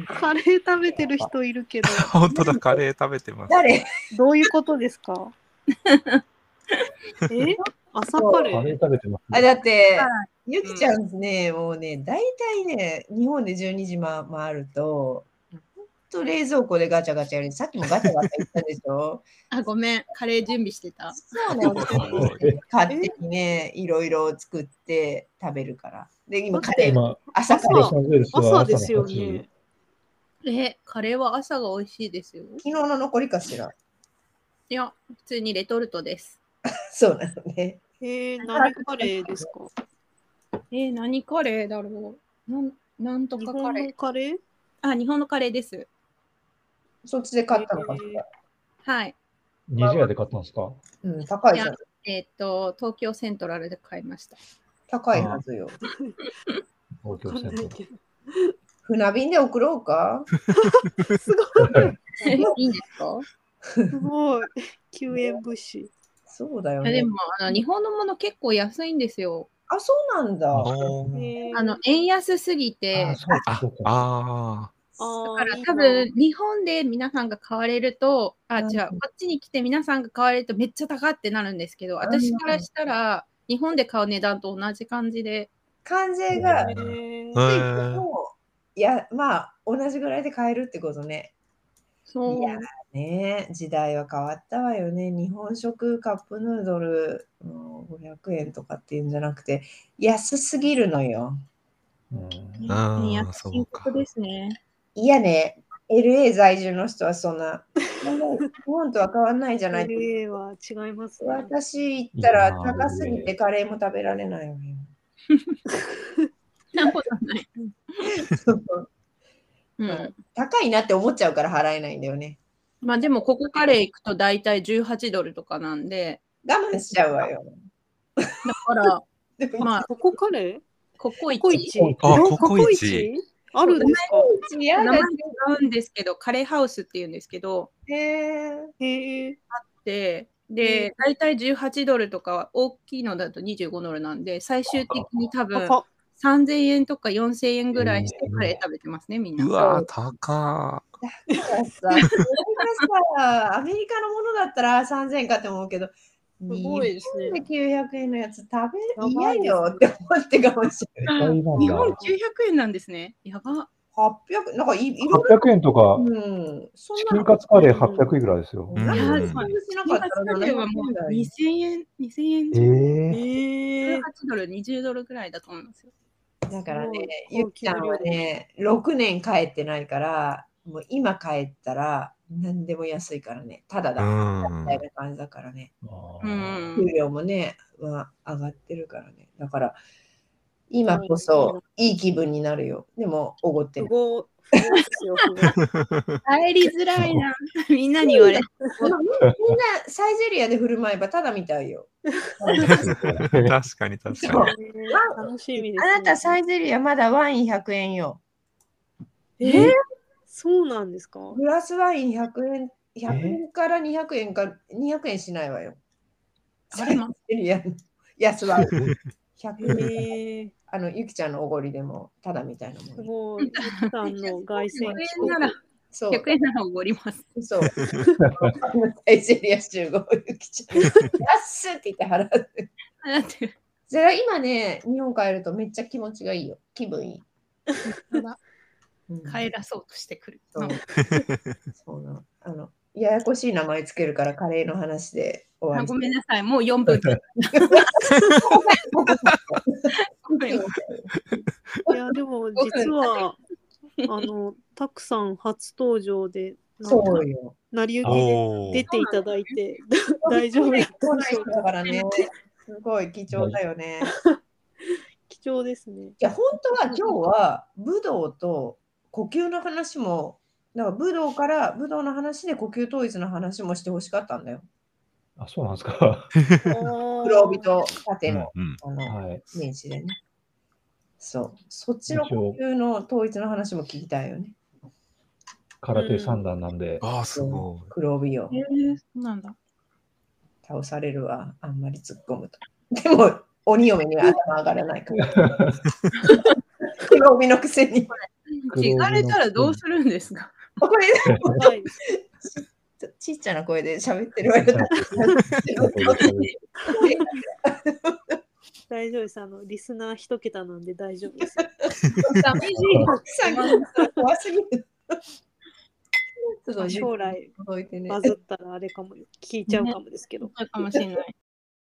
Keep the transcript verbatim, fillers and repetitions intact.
カレー食べてる人いるけど。 本当だ、カレー食べてます。 誰？ どういうことですか？え？朝カレー？ カレー食べてます、 あ、だっては、 ゆきちゃんね、もうね、大体ね、日本でじゅうにじま回ると、ほんと冷蔵庫でガチャガチャやる。さっきもガチャガチャ言ったでしょ。 あ、ごめん、カレー準備してた。 そうなんですよ。勝手にね、いろいろ作って食べるから。で、今、カレー、 今、 朝カレー。 ロサンゼルスは朝の朝ですよはちじ。 ね。 え、カレーは朝が美味しいですよ。 昨日の残りかしら。 いや、普通にレトルトです。 そうなのね。 えー、何カレーですか？ えー、何カレーだろう。なん、なんと日本かカレーの。カレー？ あ、日本のカレーです。 そっちで買ったのかしら。 はい。 にじやで買ったんですか？ うん、高いじゃん。 えっと、東京セントラルで買いました。 高いはずよ。 東京セントラル。 船便で送ろうか？ すごい。 いいんですか？ すごい。救援物資。 そうだよね。 いやでもあの日本のもの結構安いんですよ。 あ、そうなんだ。 おーえーあの円安すぎて、 あ、そうか、 あそうか。 ああーだからいいな多分日本で皆さんが買われると、あ、 うん違う、こっちに来て皆さんが買われるとめっちゃ高ってなるんですけど、私からしたら日本で買う値段と同じ感じで、 関税がえついーー。 ても、いや、まあ、同じぐらいで買えるってことね。 そういやね、時代は変わったわよね。日本食カップヌードル、うん、ごひゃくえんとかっていうんじゃなくて、安すぎるのよ。 うんうん円安深刻ですね。 いやね、エルエー 在住の人はそんな、日本とは変わんないじゃない。 エルエー は違いますね。 私行ったら高すぎてカレーも食べられないわよ。 そんなことない。 そううん。 高いなって思っちゃうから払えないんだよね。 まあでもここカレー行くと大体じゅうはちドルとかなんで、 我慢しちゃうわよ。 だからでもまあここカレー？ ココイココイチチ？ あコココイチイチあるんですか？ やだ名前違うんですけど、カレーハウスっていうんですけど、 へーへえ。 で、で、大体じゅうはちドルとか、大きいのだとにじゅうごドルなんで、最終的に多分高っ。 さんぜんえんとかよんせんえんぐらいしてカレー食べてますね、みんな。 うわー、高だからさ、それがさ、アメリカのものだったらさんぜんえんかって思うけど、 すごいですね日本できゅうひゃくえんのやつ食べやばいですね嫌よって思って我慢しちゃう。 高いなん日本だ。 きゅうひゃくえんなんですね。やば。 はっぴゃく、なんかいいろいはっぴゃくえんとか、 ろ、うん、そんチなのキンカツカレーはっぴゃくいくらですよ。 うんなんかうんそんなしなかったらカレーはもうにせんえん、にせんえん、 ええへえ。 じゅうはちドル、にじゅうドルぐらいだと思いますよ。 だからね、 すごいゆきちゃんはね、ろくねん帰ってないから、もう今帰ったら何でも安いからね、ただだ、 うんみたいな感じだからね。 う給ん。 料もね、は上がってるからね。だから、今こそいい気分になるよ。でも、おごってる。 富豪、富豪ですよ、富豪。 帰りづらいな。みんなに言われる。 みんなサイゼリアで振る舞えばただみたいよ。 確かに確そうかに。 ね楽しみです、ね。 あなたサイゼリアまだワインひゃくえんよ。 えー、そうなんですか？ グラスワインひゃくえん、ひゃくえんからにひゃくえんか、にひゃくえんしないわよ。サイゼリアの安ワイン。ひゃくえん。 えー、 あの、ゆきちゃんのおごりでもただみたいなもん。 すごい。ゆきさんの凱旋帰ひゃくえんなら、 そうひゃくえんならおごります。 そう。サイゼリア集合、ゆきちゃん。安っって言って払う。 だってそれは今ね、日本帰るとめっちゃ気持ちがいいよ。気分いい。うん帰らそうとしてくる。 そうそうなの。あの、ややこしい名前つけるからカレーの話で終わあり。 ごめんなさい、もうよんぷん経った。ごめんいや、でも実は、あの、たくさん初登場で、なんかそうよ。 成り行きでおー出ていただいて、大丈夫だった来ないでしょうか。 人だからね。すごい貴重だよね。 貴重ですね。 いや、本当は今日は武道と呼吸の話も、だから武道から武道の話で呼吸統一の話もしてほしかったんだよ。 あ、そうなんですか。 黒帯と縦の、 うんあのはい。 名詞でね。そう。そっちの呼吸の統一の話も聞きたいよね。 空手三段なんで。 ああ、すごい。 黒帯をえー、そうなんだ。 倒されるわ、あんまり突っ込むと。でも、鬼嫁には頭上がらないから。黒帯のくせに。 聞かれたらどうするんですか？ これはい。 ちちっちゃな声で喋ってるわよ。 大丈夫です。あの、リスナー一桁なんで大丈夫ですよ。 寂しい。 怖すぎる。ちょっと将来届いてね。 バズったらあれかも、聞いちゃうかもですけど。 そうかもしれない。